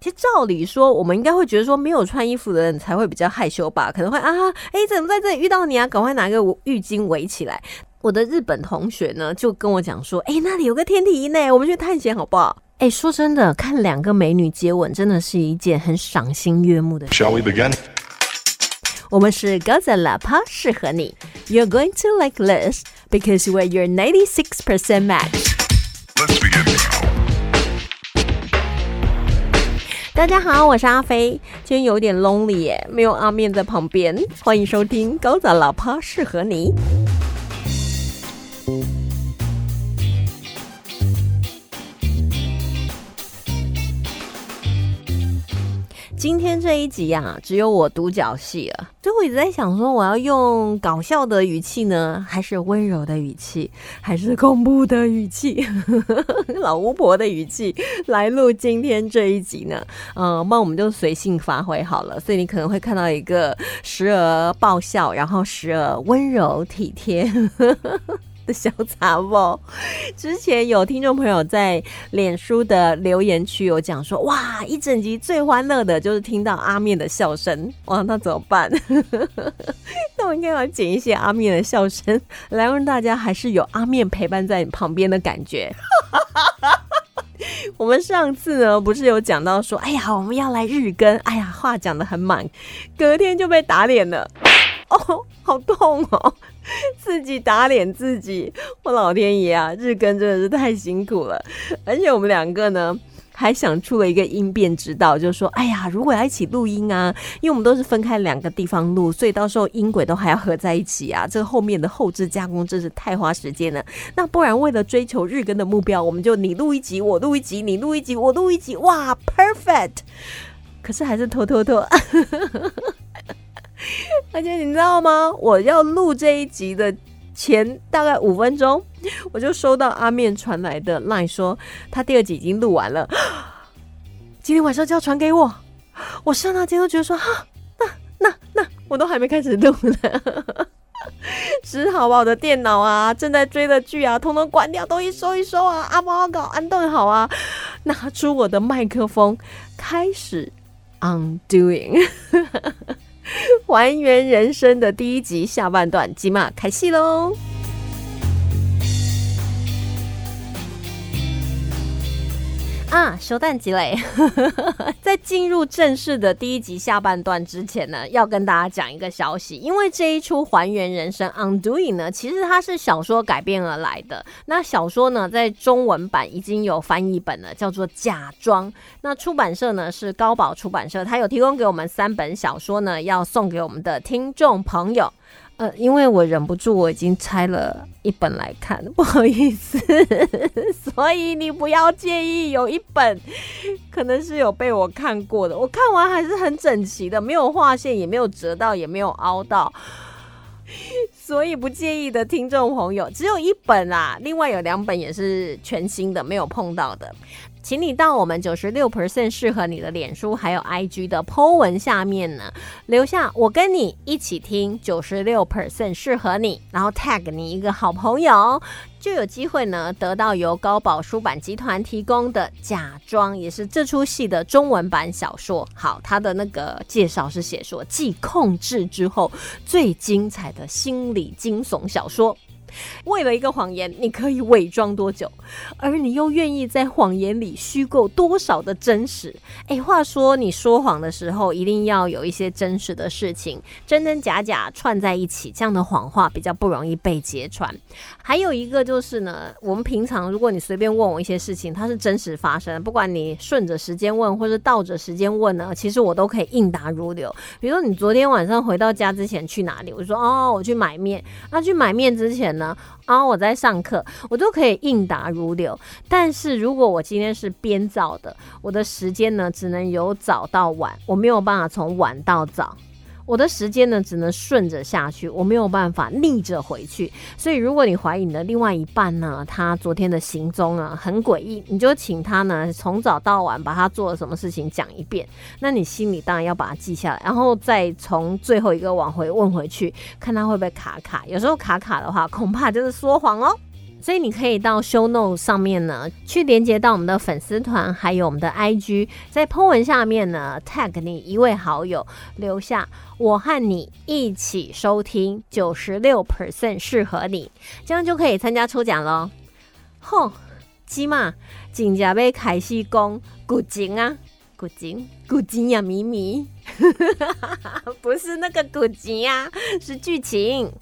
其实照理说我们应该会觉得说没有穿衣服的人才会比较害羞吧，可能会怎么在这里遇到你啊，赶快拿个浴巾围起来。我的日本同学呢就跟我讲说那里有个天体营呢，我们去探险好不好？说真的，看两个美女接吻真的是一件很赏心悦目的事。 Shall we begin? 我们是高赞喇叭，适合你。 You're going to like this because we're your 96% match. Let's begin now. 大家好，我是阿飞。今天有点 lonely 耶，没有阿面在旁边。欢迎收听高赞喇叭，适合你。今天这一集啊，只有我独角戏了。所以我一直在想说，我要用搞笑的语气呢，还是温柔的语气，还是恐怖的语气老巫婆的语气来录今天这一集呢？那我们就随性发挥好了。所以你可能会看到一个时而爆笑，然后时而温柔体贴的小杂包。之前有听众朋友在脸书的留言区有讲说，哇，一整集最欢乐的就是听到阿面的笑声。哇，那怎么办？那我应该要剪一些阿面的笑声，来让大家还是有阿面陪伴在你旁边的感觉。我们上次呢不是有讲到说，我们要来日更，话讲得很满，隔天就被打脸了。好痛哦，自己打脸自己，我老天爷啊，日更真的是太辛苦了。而且我们两个呢还想出了一个应变之道，就是说如果要一起录音啊，因为我们都是分开两个地方录，所以到时候音轨都还要合在一起啊，这个后面的后置加工真是太花时间了。那不然为了追求日更的目标，我们就你录一集我录一集，你录一集我录一集，哇 perfect。 可是还是拖而且你知道吗，我要录这一集的前大概5分钟，我就收到阿面传来的 LINE 说他第2集已经录完了，今天晚上就要传给我。我刹那间都觉得说那我都还没开始录呢只好把我的电脑啊，正在追的剧啊通通关掉，都一收一收啊，阿猫阿狗安顿好啊，拿出我的麦克风开始 undoing 还原人生的第1集下半段，即马开戏咯。休蛋集嘞在进入正式的第1集下半段之前呢，要跟大家讲一个消息。因为这一出还原人生 Undoing 呢，其实它是小说改编而来的。那小说呢在中文版已经有翻译本了，叫做假装。那出版社呢是高宝出版社，它有提供给我们3本小说呢，要送给我们的听众朋友。因为我忍不住，我已经拆了1本来看，不好意思所以你不要介意，有1本可能是有被我看过的，我看完还是很整齐的，没有划线，也没有折到，也没有凹到，所以不介意的听众朋友只有1本啦，另外有2本也是全新的，没有碰到的，请你到我们96% 适合你的脸书还有 IG 的 po 文下面呢，留下我跟你一起听96% 适合你，然后 tag 你一个好朋友，就有机会呢得到由高宝书版集团提供的假装，也是这出戏的中文版小说。好，它的那个介绍是写说，继控制之后最精彩的心理惊悚小说。为了一个谎言，你可以伪装多久，而你又愿意在谎言里虚构多少的真实。话说你说谎的时候一定要有一些真实的事情，真真假假串在一起，这样的谎话比较不容易被揭穿。还有一个就是呢，我们平常如果你随便问我一些事情，它是真实发生的，不管你顺着时间问或是倒着时间问呢，其实我都可以应答如流。比如说你昨天晚上回到家之前去哪里，我就说我去买面。那去买面之前呢，我在上课，我都可以应答如流。但是如果我今天是编造的，我的时间呢只能由早到晚，我没有办法从晚到早。我的时间呢只能顺着下去，我没有办法逆着回去。所以如果你怀疑你的另外一半呢，他昨天的行踪啊很诡异，你就请他呢从早到晚把他做了什么事情讲一遍，那你心里当然要把它记下来，然后再从最后一个往回问回去，看他会不会卡卡。有时候卡卡的话，恐怕就是说谎哦。 所以你可以到 show note 上面呢，去连接到我们的粉丝团，还有我们的 IG， 在 po 文下面呢 tag 你一位好友，留下我和你一起收听96% 适合你，这样就可以参加抽奖咯。吼，起码真正要开始讲古今啊，古今呀咪咪不是那个古今啊，是剧情。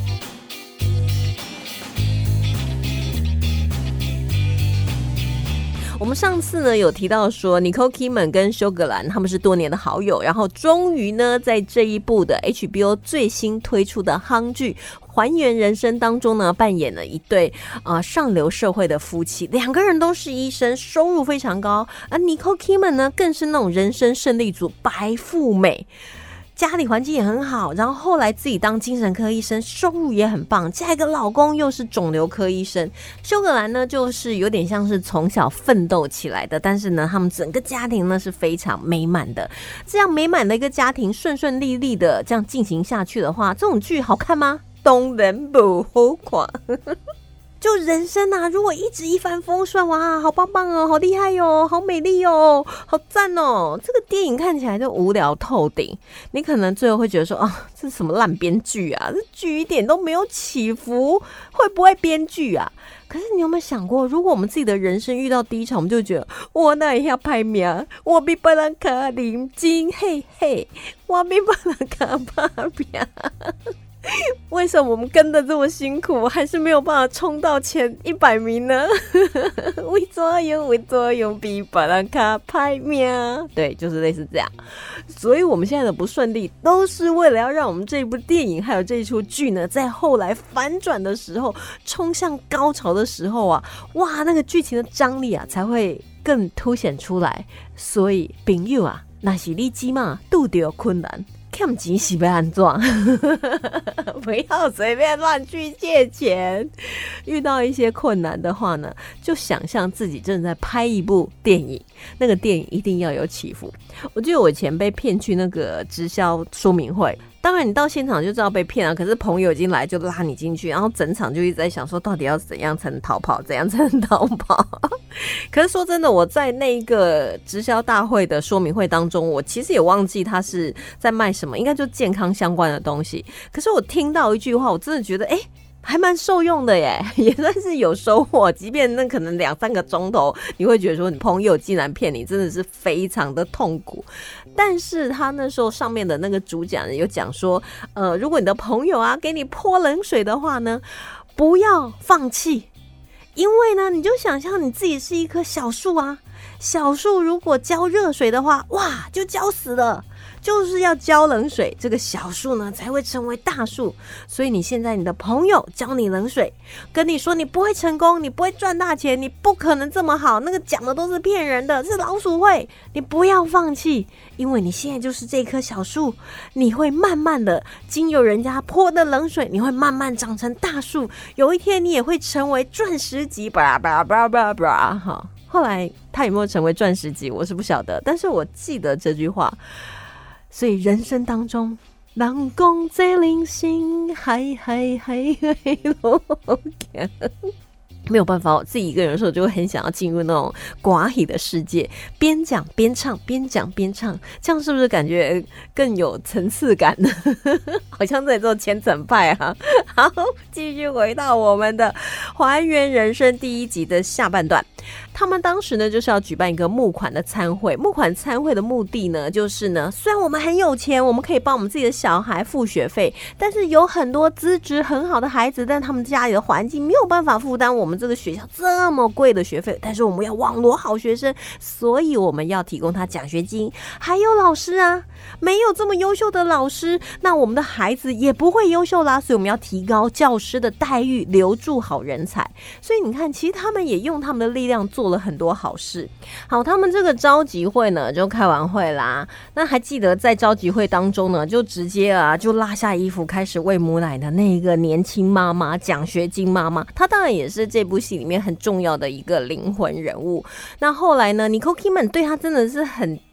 我们上次呢有提到说 Nicole Kidman 跟休格兰他们是多年的好友，然后终于呢在这一部的 HBO 最新推出的夯剧还原人生当中呢，扮演了一对上流社会的夫妻，两个人都是医生，收入非常高，而 Nicole Kidman 呢更是那种人生胜利组，白富美，家里环境也很好，然后后来自己当精神科医生，收入也很棒，嫁一个老公又是肿瘤科医生。休格兰呢就是有点像是从小奋斗起来的，但是呢他们整个家庭呢是非常美满的，这样美满的一个家庭顺顺利利的这样进行下去的话，这种剧好看吗？当然不好看就人生啊，如果一直一帆风顺，哇，好棒棒哦，好厉害哦，好美丽哦，好赞哦，这个电影看起来就无聊透顶，你可能最后会觉得说啊，这是什么烂编剧啊，这剧一点都没有起伏，会不会编剧啊？可是你有没有想过，如果我们自己的人生遇到低潮，我们就觉得我哪会歹命，我比别人较认真，嘿嘿，我比别人较打拼为什么我们跟得这么辛苦，还是没有办法冲到前100名呢？为怎样比别人较歹命？对，就是类似这样。所以我们现在的不顺利，都是为了要让我们这部电影还有这一出剧呢，在后来反转的时候，冲向高潮的时候啊，哇，那个剧情的张力啊，才会更凸显出来。所以朋友啊，若是你即马遇到困难，欠钱是要安怎？不要随便乱去借钱。遇到一些困难的话呢，就想象自己正在拍一部电影，那个电影一定要有起伏。我记得我以前被骗去那个直销说明会，当然你到现场就知道被骗了，可是朋友已经来就拉你进去，然后整场就一直在想说到底要怎样才能逃跑，怎样才能逃跑。可是说真的，我在那个直销大会的说明会当中，我其实也忘记他是在卖什么，应该就健康相关的东西。可是我听到一句话，我真的觉得还蛮受用的耶，也算是有收获。即便那可能2-3个钟头，你会觉得说你朋友竟然骗你，真的是非常的痛苦。但是他那时候上面的那个主讲人有讲说，如果你的朋友啊给你泼冷水的话呢，不要放弃，因为呢，你就想象你自己是一棵小树啊，小树如果浇热水的话，哇，就浇死了。就是要浇冷水，这个小树呢才会成为大树。所以你现在你的朋友浇你冷水，跟你说你不会成功，你不会赚大钱，你不可能这么好，那个讲的都是骗人的，是老鼠会。你不要放弃，因为你现在就是这棵小树，你会慢慢的经由人家泼的冷水，你会慢慢长成大树，有一天你也会成为钻石级，巴拉巴拉巴拉巴拉。好，后来他有没有成为钻石级我是不晓得，但是我记得这句话。所以人生当中，人讲这人生海海海海路行，没有办法，我自己一个人的时候就会很想要进入那种寡喜的世界，边讲边唱，边讲边唱，这样是不是感觉更有层次感呢？好像在做虔诚派啊。好，继续回到我们的还原人生第1集的下半段。他们当时呢就是要举办一个募款的餐会，募款餐会的目的呢就是呢，虽然我们很有钱，我们可以帮我们自己的小孩付学费，但是有很多资质很好的孩子，但他们家里的环境没有办法负担我们这个学校这么贵的学费，但是我们要网罗好学生，所以我们要提供他奖学金，还有老师啊，没有这么优秀的老师，那我们的孩子也不会优秀啦，所以我们要提高教师的待遇，留住好人才。所以你看，其实他们也用他们的力量做了很多好事。好，他们这个召集会呢就开完会啦，那还记得在召集会当中呢，就直接就拉下衣服开始喂母奶的那个年轻妈妈，奖学金妈妈，她当然也是这部戏里面很重要的一个灵魂人物。那后来呢， Nicole Kidman 对她真的是很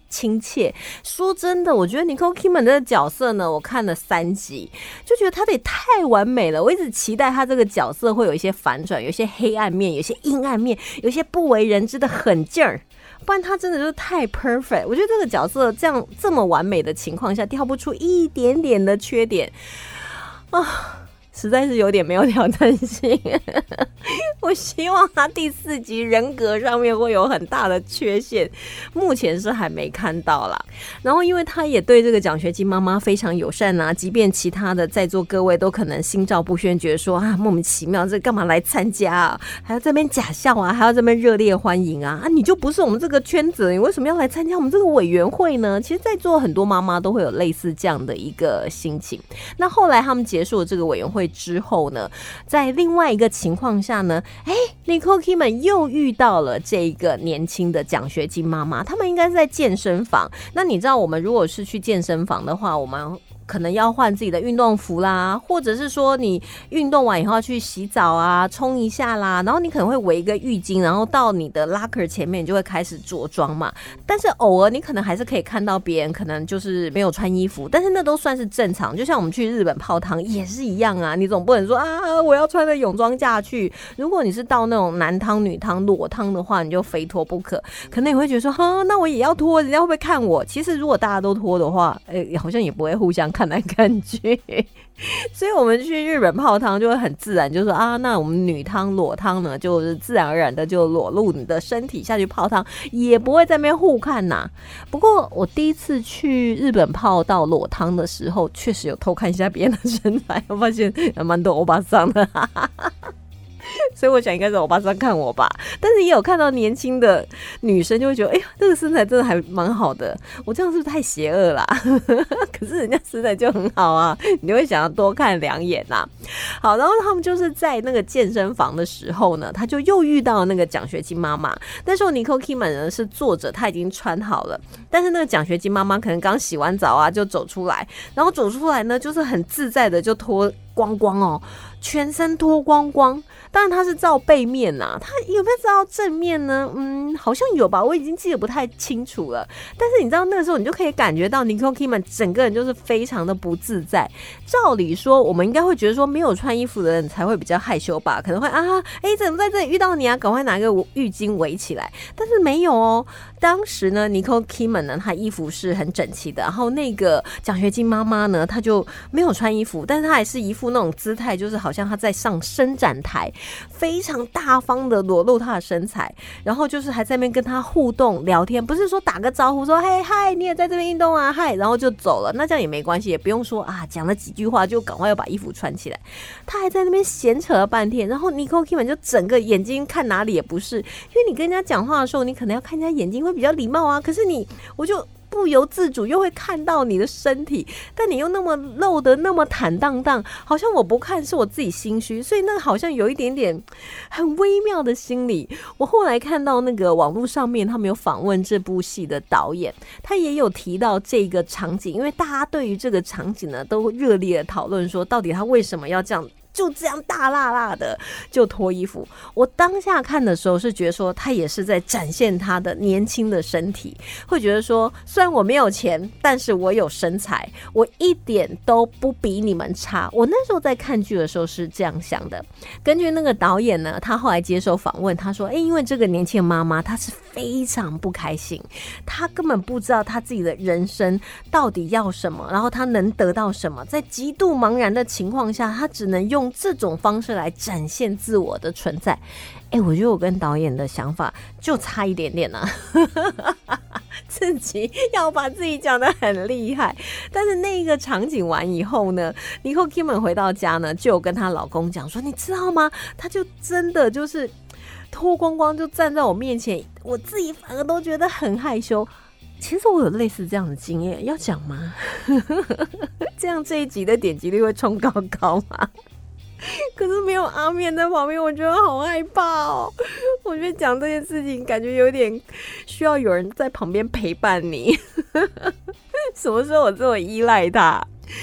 亲切。说真的，我觉得 Nicole Kidman 的角色呢，我看了3集，就觉得她也太完美了。我一直期待她这个角色会有一些反转，有一些黑暗面，有一些阴暗面，有一些不为人知的狠劲儿。不然他真的就是太 perfect， 我觉得这个角色这么完美的情况下，挑不出一点点的缺点啊。实在是有点没有挑战性我希望他第4集人格上面会有很大的缺陷，目前是还没看到啦。然后因为他也对这个奖学金妈妈非常友善啊，即便其他的在座各位都可能心照不宣，觉得说啊莫名其妙，这干嘛来参加啊，还要这边假笑啊，还要这边热烈欢迎啊，你就不是我们这个圈子，你为什么要来参加我们这个委员会呢？其实在座很多妈妈都会有类似这样的一个心情。那后来他们结束了这个委员会之后呢，在另外一个情况下呢Nicole Kidman 又遇到了这个年轻的奖学金妈妈，他们应该是在健身房。那你知道我们如果是去健身房的话，我们可能要换自己的运动服啦，或者是说你运动完以后要去洗澡啊，冲一下啦，然后你可能会围一个浴巾，然后到你的 locker 前面你就会开始着装嘛。但是偶尔你可能还是可以看到别人可能就是没有穿衣服，但是那都算是正常。就像我们去日本泡汤也是一样啊，你总不能说啊我要穿着泳装下去。如果你是到那种男汤女汤裸汤的话，你就非脱不可。可能你会觉得说那我也要脱，人家会不会看我？其实如果大家都脱的话好像也不会互相看来看去所以我们去日本泡汤就会很自然，就说那我们女汤裸汤呢，就是自然而然的就裸露你的身体下去泡汤，也不会在那边互看呐。不过我第一次去日本泡到裸汤的时候，确实有偷看一下别人的身材，我发现蛮多欧巴桑的所以我想应该是欧巴桑看我吧，但是也有看到年轻的女生就会觉得这个身材真的还蛮好的，我这样是不是太邪恶啦可是人家身材就很好啊，你会想要多看2眼啊。好，然后他们就是在那个健身房的时候呢，他就又遇到那个奖学金妈妈。那时候 Nicole Kidman 呢是坐着，他已经穿好了，但是那个奖学金妈妈可能刚洗完澡啊就走出来，然后走出来呢就是很自在的就脱光光全身脱光光。当然他是照背面啊，他有没有照正面呢？好像有吧，我已经记得不太清楚了。但是你知道那个时候你就可以感觉到 Nicole Kidman 整个人就是非常的不自在。照理说我们应该会觉得说没有穿衣服的人才会比较害羞吧，可能会怎么在这里遇到你啊，赶快拿个浴巾围起来。但是没有当时呢 Nicole Kidman 呢她衣服是很整齐的，然后那个奖学金妈妈呢她就没有穿衣服，但是她还是一副那种姿态，就是好像她在上伸展台，非常大方的裸露她的身材，然后就是还在那边跟她互动聊天，不是说打个招呼说嘿嗨你也在这边运动啊嗨，然后就走了，那这样也没关系，也不用说讲了几句话就赶快要把衣服穿起来。她还在那边闲扯了半天，然后 Nicole Kidman 就整个眼睛看哪里也不是，因为你跟人家讲话的时候你可能要看人家眼睛会比较礼貌啊，可是我就不由自主又会看到你的身体，但你又那么露得那么坦荡荡，好像我不看是我自己心虚，所以那好像有一点点很微妙的心理。我后来看到那个网络上面他们有访问这部戏的导演，他也有提到这个场景，因为大家对于这个场景呢都热烈的讨论说到底他为什么要这样就这样大辣辣的就脱衣服。我当下看的时候是觉得说他也是在展现他的年轻的身体，会觉得说虽然我没有钱，但是我有身材，我一点都不比你们差。我那时候在看剧的时候是这样想的。根据那个导演呢，他后来接受访问，他说因为这个年轻的妈妈她是非常不开心，她根本不知道她自己的人生到底要什么，然后她能得到什么，在极度茫然的情况下，她只能用这种方式来展现自我的存在。我觉得我跟导演的想法就差一点点自己要把自己讲得很厉害。但是那个场景完以后呢， Nicole Kidman 回到家呢，就有跟她老公讲说，你知道吗，她就真的就是脱光光就站在我面前，我自己反而都觉得很害羞。其实我有类似这样的经验，要讲吗？这样这一集的点击率会冲高高吗？可是没有阿面在旁边，我觉得好害怕我觉得讲这件事情感觉有点需要有人在旁边陪伴你什么时候我这么依赖他？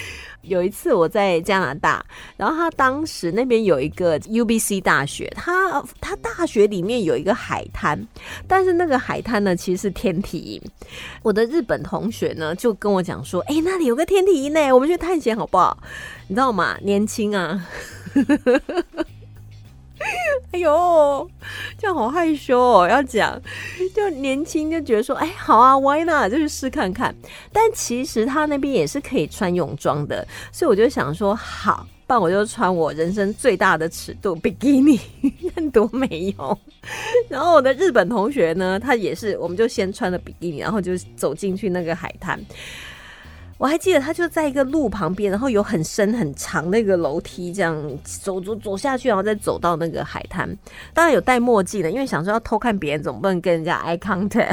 有一次我在加拿大，然后他当时那边有一个 UBC 大学，他大学里面有一个海滩，但是那个海滩呢其实是天体营。我的日本同学呢就跟我讲说，那里有个天体营呢，我们去探险好不好？你知道吗？年轻啊哎呦，这样好害羞哦，要讲就年轻就觉得说，好啊 ，why not 就去试看看。但其实他那边也是可以穿泳装的，所以我就想说，好，不然我就穿我人生最大的尺度比基尼，多没用。然后我的日本同学呢，他也是，我们就先穿了比基尼，然后就走进去那个海滩。我还记得他就在一个路旁边，然后有很深很长的一个楼梯，这样走下去，然后再走到那个海滩。当然有戴墨镜的，因为想说要偷看别人，总不能跟人家 eye contact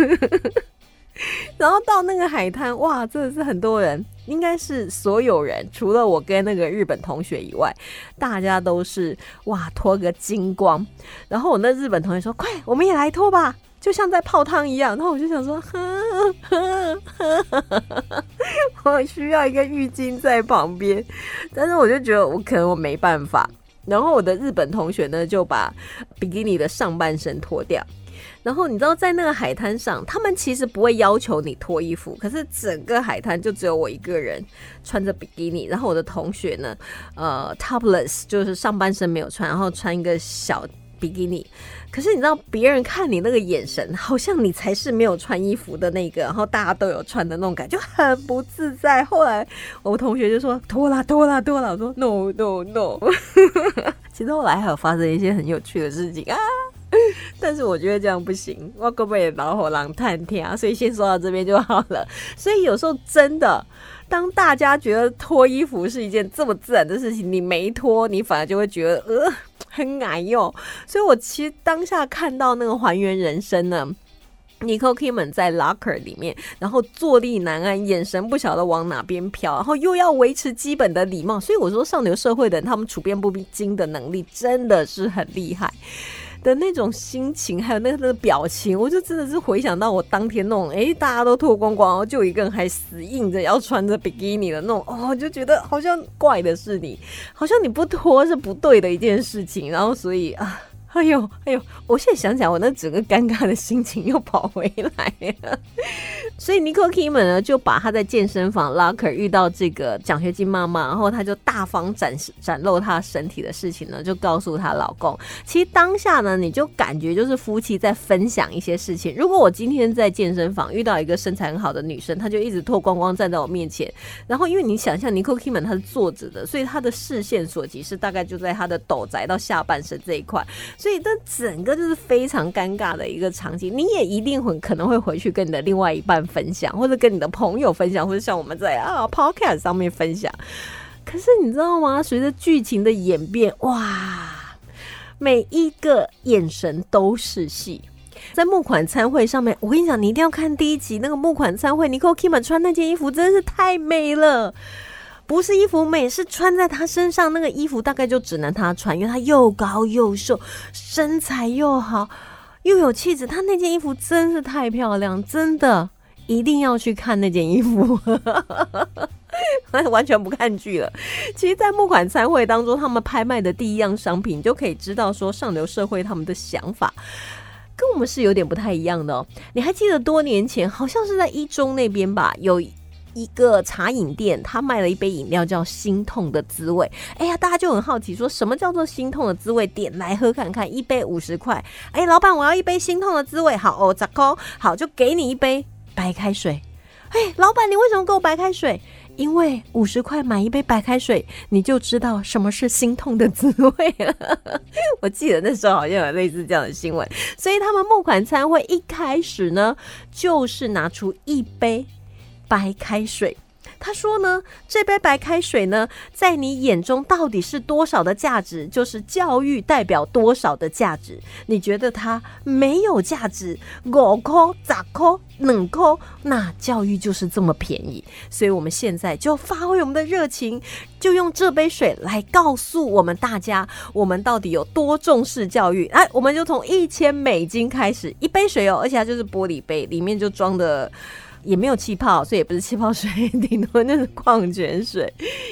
然后到那个海滩，哇，真的是很多人，应该是所有人，除了我跟那个日本同学以外，大家都是哇脱个精光。然后我那日本同学说：“快，我们也来脱吧。”就像在泡汤一样，然后我就想说，我需要一个浴巾在旁边，但是我就觉得我可能我没办法。然后我的日本同学呢，就把比基尼的上半身脱掉。然后你知道，在那个海滩上，他们其实不会要求你脱衣服，可是整个海滩就只有我一个人穿着比基尼，然后我的同学呢，topless 就是上半身没有穿，然后穿一个小比基尼。可是你知道别人看你那个眼神，好像你才是没有穿衣服的那个，然后大家都有穿的那种感觉，就很不自在。后来我同学就说脱啦，我说 no 其实后来还有发生一些很有趣的事情啊，但是我觉得这样不行，我根本也老火狼探听，所以先说到这边就好了。所以有时候真的，当大家觉得脱衣服是一件这么自然的事情，你没脱，你反而就会觉得很矮哟。所以我其实当下看到那个还原人生呢，Nicole Kidman 在 locker 里面，然后坐立难安，眼神不晓得往哪边飘，然后又要维持基本的礼貌。所以我说上流社会的人，他们处变不惊的能力真的是很厉害的那种心情，还有那个表情，我就真的是回想到我当天那种大家都脱光光，然后就有一个人还死硬着要穿着比基尼的那种就觉得好像怪的是你，好像你不脱是不对的一件事情。然后所以哎呦，我现在想起来，我那整个尴尬的心情又跑回来了。所以 Nicole Kidman 呢，就把她在健身房 locker 遇到这个奖学金妈妈，然后她就大方展露她身体的事情呢，就告诉她老公。其实当下呢，你就感觉就是夫妻在分享一些事情。如果我今天在健身房遇到一个身材很好的女生，她就一直脱光光站在我面前，然后因为你想象 Nicole Kidman 她是坐着的，所以她的视线所及是大概就在她的斗宅到下半身这一块。所以这整个就是非常尴尬的一个场景，你也一定可能会回去跟你的另外一半分享，或者跟你的朋友分享，或者像我们在podcast 上面分享。可是你知道吗？随着剧情的演变，哇，每一个眼神都是戏。在募款餐会上面，我跟你讲，你一定要看第一集那个募款餐会 ，Nicole Kidman 穿那件衣服真的是太美了。不是衣服美，是穿在他身上那个衣服大概就只能他穿，因为他又高又瘦，身材又好，又有气质。他那件衣服真是太漂亮，真的一定要去看那件衣服。完全不看剧了。其实在募款餐会当中，他们拍卖的第一样商品，你就可以知道说上流社会他们的想法跟我们是有点不太一样的你还记得多年前好像是在一中那边吧，有一个茶饮店，他卖了一杯饮料叫心痛的滋味。大家就很好奇说什么叫做心痛的滋味，点来喝看看，一杯50块。老板，我要一杯心痛的滋味。好10块，好，就给你一杯白开水。老板，你为什么给我白开水？因为50块买一杯白开水，你就知道什么是心痛的滋味了。我记得那时候好像有类似这样的新闻。所以他们募款餐会一开始呢，就是拿出一杯白开水。他说呢，这杯白开水呢，在你眼中到底是多少的价值，就是教育代表多少的价值。你觉得它没有价值，5块、10块、2块，那教育就是这么便宜。所以我们现在就发挥我们的热情，就用这杯水来告诉我们大家，我们到底有多重视教育。我们就从$1000开始，一杯水而且它就是玻璃杯，里面就装的也没有气泡，所以也不是气泡水，顶多那是矿泉水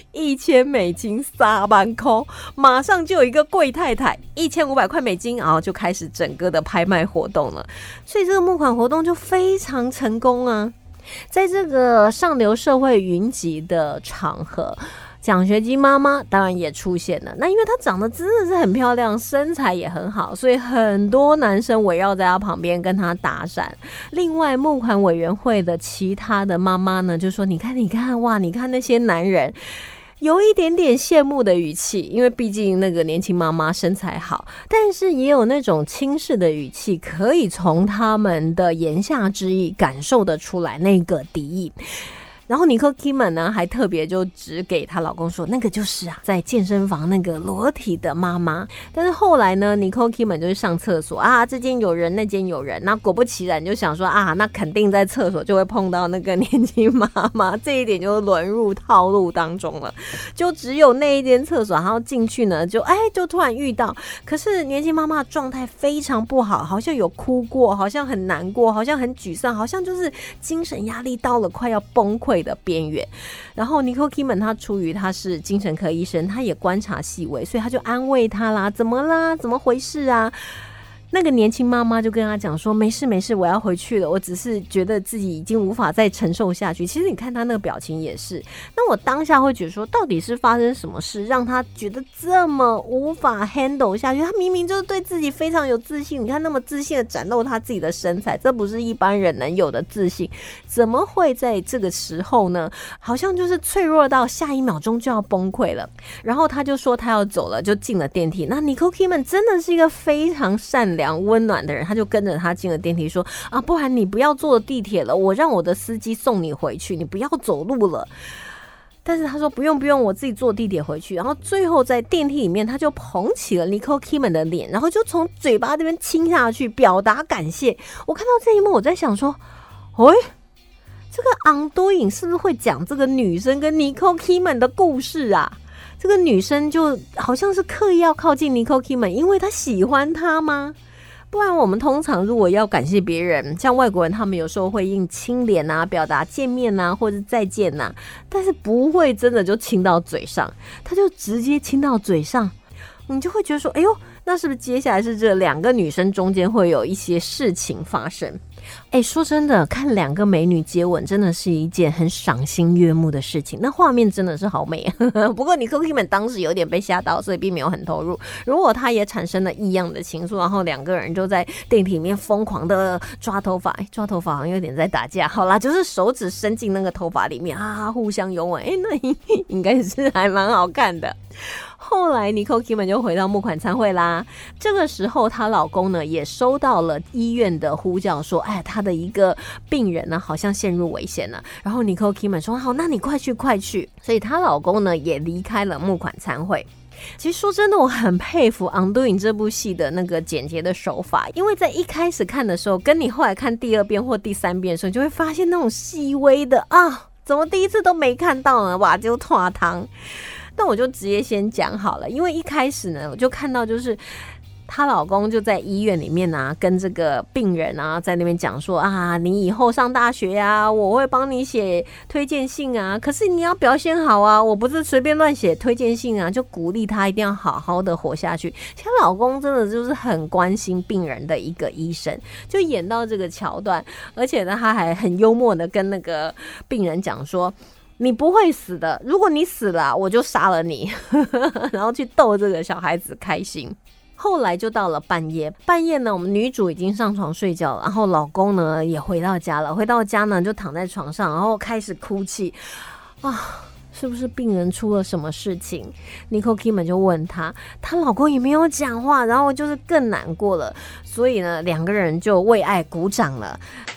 ，$10003万块，马上就有一个贵太太1500块美金，然后就开始整个的拍卖活动了，所以这个募款活动就非常成功啊。在这个上流社会云集的场合，奖学金妈妈当然也出现了。那因为她长得真的是很漂亮，身材也很好，所以很多男生围绕在她旁边跟她搭讪。另外募款委员会的其他的妈妈呢，就说你看哇，你看那些男人，有一点点羡慕的语气，因为毕竟那个年轻妈妈身材好，但是也有那种轻视的语气，可以从他们的言下之意感受得出来那个敌意。然后Nicole Kidman 呢还特别就指给她老公说，那个就是啊，在健身房那个裸体的妈妈。但是后来呢，Nicole Kidman 就是上厕所啊，这间有人，那间有人，那果不其然就想说啊，那肯定在厕所就会碰到那个年轻妈妈，这一点就沦入套路当中了。就只有那一间厕所，然后进去呢，就突然遇到，可是年轻妈妈状态非常不好，好像有哭过，好像很难过，好像很沮丧，好像就是精神压力到了快要崩溃的边缘。然后 Nicole Kidman 她出于她是精神科医生，她也观察细微，所以她就安慰她啦，怎么啦，怎么回事啊？那个年轻妈妈就跟他讲说，没事，我要回去了，我只是觉得自己已经无法再承受下去。其实你看他那个表情也是，那我当下会觉得说，到底是发生什么事让他觉得这么无法 handle 下去？他明明就是对自己非常有自信，你看那么自信的展露他自己的身材，这不是一般人能有的自信，怎么会在这个时候呢？好像就是脆弱到下一秒钟就要崩溃了。然后他就说他要走了，就进了电梯。那 Nicole Kidman 真的是一个非常善良温暖的人，他就跟着他进了电梯说啊，不然你不要坐地铁了，我让我的司机送你回去，你不要走路了。但是他说不用，我自己坐地铁回去。然后最后在电梯里面，他就捧起了 Nicole Kidman 的脸，然后就从嘴巴这边亲下去，表达感谢。我看到这一幕，我在想说，这个Undoing是不是会讲这个女生跟 Nicole Kidman 的故事啊？这个女生就好像是刻意要靠近 Nicole Kidman，因为她喜欢她吗？不然我们通常如果要感谢别人，像外国人他们有时候会用亲脸啊，表达见面啊或者再见啊，但是不会真的就亲到嘴上，他就直接亲到嘴上，你就会觉得说，哎呦，那是不是接下来是这两个女生中间会有一些事情发生？说真的，看两个美女接吻真的是一件很赏心悦目的事情，那画面真的是好美。不过Nicole Kidman当时有点被吓到，所以并没有很投入。如果她也产生了异样的情愫，然后两个人就在电梯里面疯狂的抓头发，抓头发好像有点在打架，好啦，就是手指伸进那个头发里面啊，互相拥吻，那应该是还蛮好看的。后来Nicole Kidman就回到募款餐会啦，这个时候她老公呢也收到了医院的呼叫说，她的一个病人呢好像陷入危险了。然后Nicole Kidman说，好，那你快去。所以她老公呢也离开了募款餐会。其实说真的，我很佩服 Undoing 这部戏的那个剪接的手法，因为在一开始看的时候，跟你后来看第二遍或第三遍的时候，你就会发现那种细微的怎么第一次都没看到呢？哇，就拖汤。那我就直接先讲好了，因为一开始呢，我就看到就是她老公就在医院里面啊，跟这个病人啊在那边讲说啊，你以后上大学啊，我会帮你写推荐信啊，可是你要表现好啊，我不是随便乱写推荐信啊，就鼓励她一定要好好的活下去。其实老公真的就是很关心病人的一个医生，就演到这个桥段，而且呢，他还很幽默的跟那个病人讲说，你不会死的，如果你死了，我就杀了你。然后去逗这个小孩子开心。后来就到了半夜呢，我们女主已经上床睡觉了，然后老公呢也回到家了，回到家呢就躺在床上，然后开始哭泣是不是病人出了什么事情？ Nicole Kidman 就问她老公也没有讲话，然后就是更难过了，所以呢两个人就为爱鼓掌了。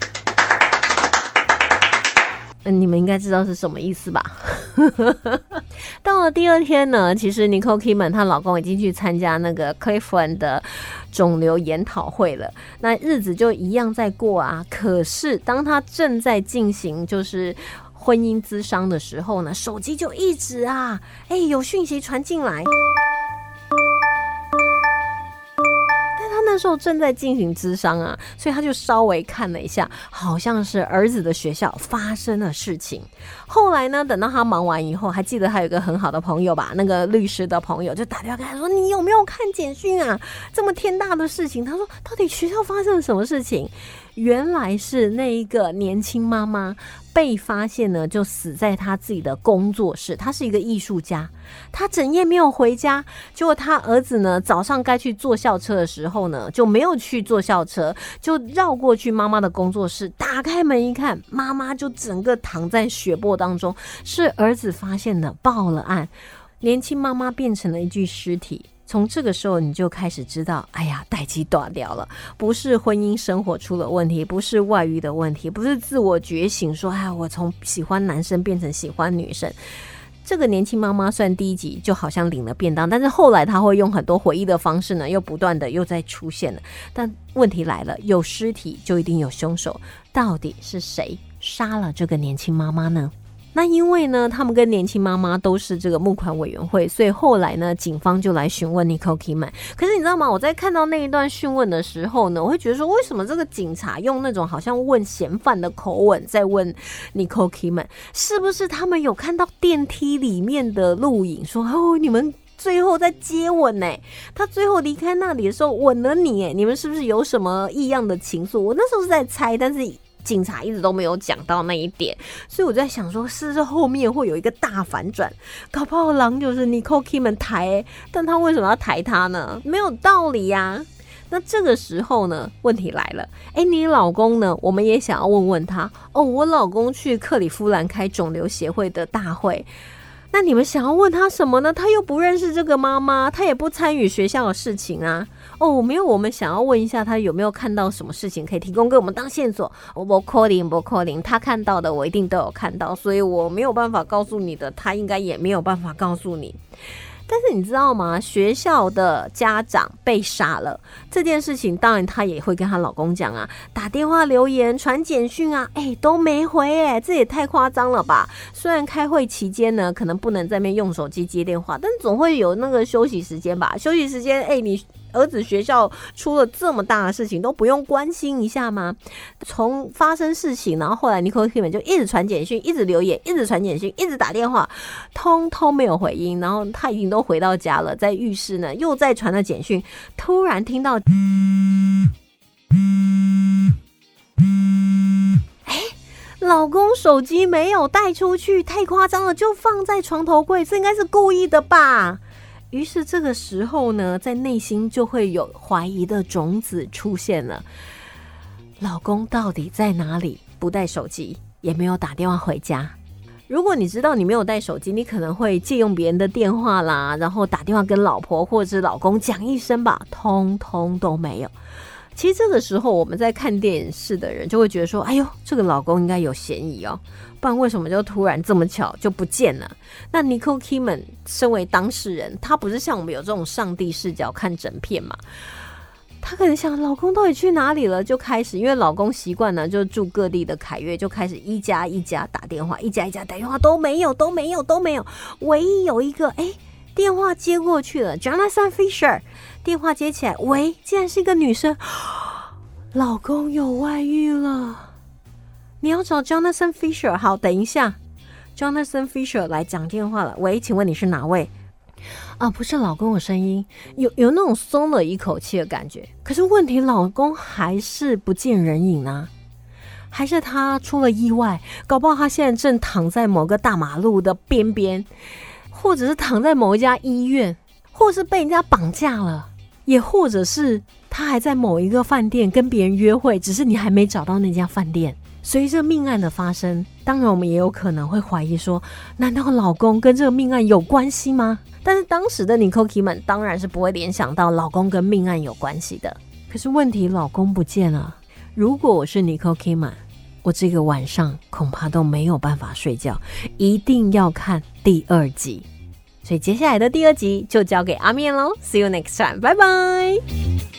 你们应该知道是什么意思吧？到了第二天呢，其实 Nicole Kidman 她老公已经去参加那个 Cleveland 的肿瘤研讨会了，那日子就一样在过啊。可是当他正在进行就是婚姻咨商的时候呢，手机就一直有讯息传进来。 那时候正在进行咨商啊，所以他就稍微看了一下，好像是儿子的学校发生了事情。后来呢，等到他忙完以后，还记得他有一个很好的朋友吧，那个律师的朋友就打电话跟他说，你有没有看简讯啊？这么天大的事情。他说到底学校发生了什么事情？原来是那一个年轻妈妈被发现呢，就死在她自己的工作室。她是一个艺术家，她整夜没有回家，结果她儿子呢早上该去坐校车的时候呢，就没有去坐校车，就绕过去妈妈的工作室，打开门一看，妈妈就整个躺在血泊当中，是儿子发现的，报了案，年轻妈妈变成了一具尸体。从这个时候你就开始知道，哎呀，代际断掉了，不是婚姻生活出了问题，不是外遇的问题，不是自我觉醒说，哎，我从喜欢男生变成喜欢女生。这个年轻妈妈虽然第一集就好像领了便当，但是后来她会用很多回忆的方式呢，又不断的又再出现了。但问题来了，有尸体就一定有凶手，到底是谁杀了这个年轻妈妈呢？那因为呢，他们跟年轻妈妈都是这个募款委员会，所以后来呢，警方就来询问 Nicole Kidman。可是你知道吗？我在看到那一段讯问的时候呢，我会觉得说，为什么这个警察用那种好像问嫌犯的口吻在问 Nicole Kidman？ 是不是他们有看到电梯里面的录影，说哦，你们最后在接吻呢？他最后离开那里的时候吻了你，你们是不是有什么异样的情愫？我那时候是在猜，但是警察一直都没有讲到那一点，所以我在想说，是不是后面会有一个大反转？搞不好狼就是 Nicole Kidman 抬，但他为什么要抬他呢？没有道理呀。那这个时候呢，问题来了，你老公呢？我们也想要问问他哦。我老公去克里夫兰开肿瘤协会的大会。那你们想要问他什么呢？他又不认识这个妈妈，他也不参与学校的事情啊。哦，没有，我们想要问一下他有没有看到什么事情可以提供给我们当线索。不可能，他看到的我一定都有看到，所以我没有办法告诉你的，他应该也没有办法告诉你。但是你知道吗？学校的家长被杀了这件事情，当然她也会跟她老公讲啊，打电话留言传简讯啊，都没回这也太夸张了吧。虽然开会期间呢可能不能在那边用手机接电话，但总会有那个休息时间吧。休息时间你儿子学校出了这么大的事情都不用关心一下吗？从发生事情，然后后来 Nicole Kidman 就一直传简讯，一直留言，一直传简讯，一直打电话，通通没有回音。然后他已经都回到家了，在浴室呢又在传了简讯，突然听到老公手机没有带出去，太夸张了，就放在床头柜，这应该是故意的吧。于是这个时候呢，在内心就会有怀疑的种子出现了。老公到底在哪里？不带手机，也没有打电话回家。如果你知道你没有带手机，你可能会借用别人的电话啦，然后打电话跟老婆或者是老公讲一声吧，通通都没有。其实这个时候我们在看电视的人就会觉得说，哎呦，这个老公应该有嫌疑哦，不然为什么就突然这么巧就不见了？那 Nicole Kidman 身为当事人，她不是像我们有这种上帝视角看整片嘛？她可能想老公到底去哪里了，就开始，因为老公习惯呢就住各地的凯悦，就开始一家一家打电话，一家一家打电话都没有，唯一有一个电话接过去了 Jonathan Fisher， 电话接起来，喂，竟然是一个女生，老公有外遇了，你要找 Jonathan Fisher， 好，等一下 Jonathan Fisher 来讲电话了，喂，请问你是哪位？不是老公的声音，有那种松了一口气的感觉，可是问题老公还是不见人影啊，还是他出了意外，搞不好他现在正躺在某个大马路的边边，或者是躺在某一家医院，或是被人家绑架了，也或者是他还在某一个饭店跟别人约会，只是你还没找到那家饭店。随着命案的发生，当然我们也有可能会怀疑说，难道老公跟这个命案有关系吗？但是当时的 Nicole Kidman 当然是不会联想到老公跟命案有关系的。可是问题老公不见了，如果我是 Nicole Kidman， 我这个晚上恐怕都没有办法睡觉，一定要看第二集。所以接下来的第二集就交给阿面咯， See you next time， 拜拜。